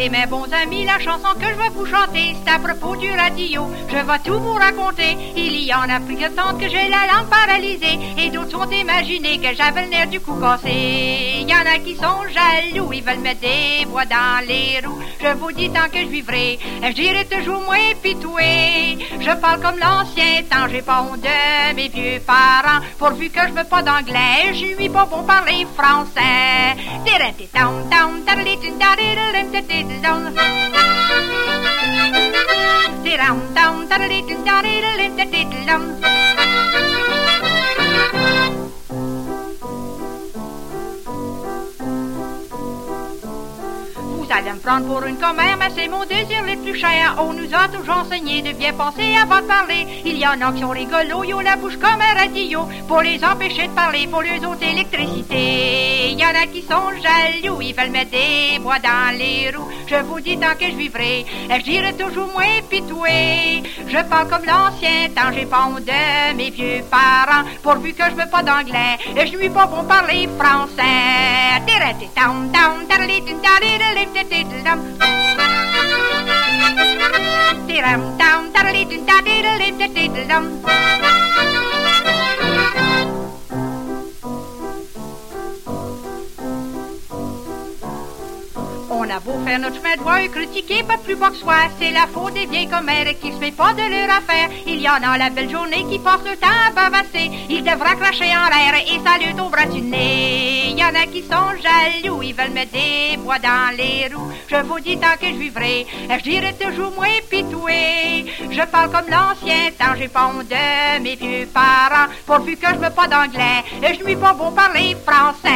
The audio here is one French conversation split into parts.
Écoutez mes bons amis, la chanson que je vais vous chanter, c'est à propos du radio. Je vais tout vous raconter. Il y en a plus que tant que j'ai la langue paralysée, et d'autres sont imaginés que j'avais le nerf du cou cassé. Il y en a qui sont jaloux, ils veulent mettre des bois dans les roues. Je vous dis tant que je vivrai, je dirai toujours moins pitoué. Je parle comme l'ancien temps, j'ai pas honte de mes vieux parents. Pourvu que je veux pas d'anglais, je lui pas bon parler français. Vous allez me prendre pour une commère, mais c'est mon désir le plus cher. On nous a toujours enseigné de bien penser avant de parler. Il y en a qui sont rigolos, ils ont la bouche comme un radio. Pour les empêcher de parler, pour les autres l'électricité. Il y en a qui sont jaloux, ils veulent mettre des bois dans les roues. Je vous dis tant que je vivrai, je dirai toujours moins pitoué. Je parle comme l'ancien temps, j'ai pas honte de mes vieux parents. Pourvu que je veux pas d'anglais, je lui pas bon parler français. On a beau faire notre chemin de voie et critiquer pas plus bas que soi, c'est la faute des vieilles commères qui se met pas de leur affaire. Il y en a la belle journée qui passe le temps à bavasser. Ils devraient cracher en l'air et saluer au bras du nez. Il y en a qui sont jaloux, ils veulent mettre des bois dans les roues. Je vous dis tant que je vivrai, je dirai toujours moins pitoué. Je parle comme l'ancien temps, j'ai pas honte de mes vieux parents. Pourvu que je me pas d'anglais, je lui pas bon parler français.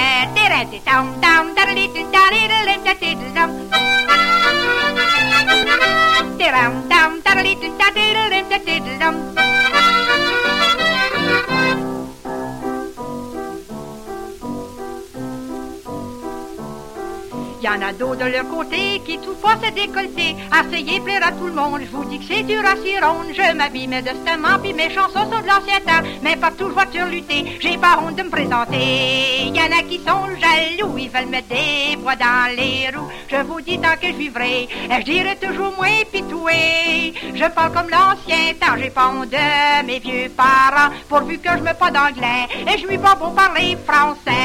Il y en a d'autres de leur côté qui trouvent pas se décolleter. Essayer plaire à tout le monde, je vous dis que c'est dur à s'y rendre. Je m'habille modestement, puis mes chansons sont de l'ancien temps. Mais partout je vois sur lutter, j'ai pas honte de me présenter. Il y en a qui sont jaloux, ils veulent mettre des bois dans les roues. Je vous dis tant que je vivrai, je dirai toujours moins pitoué. Je parle comme l'ancien temps, j'ai pas honte de mes vieux parents. Pourvu que je me pas d'anglais, et je lui pas bon parler français.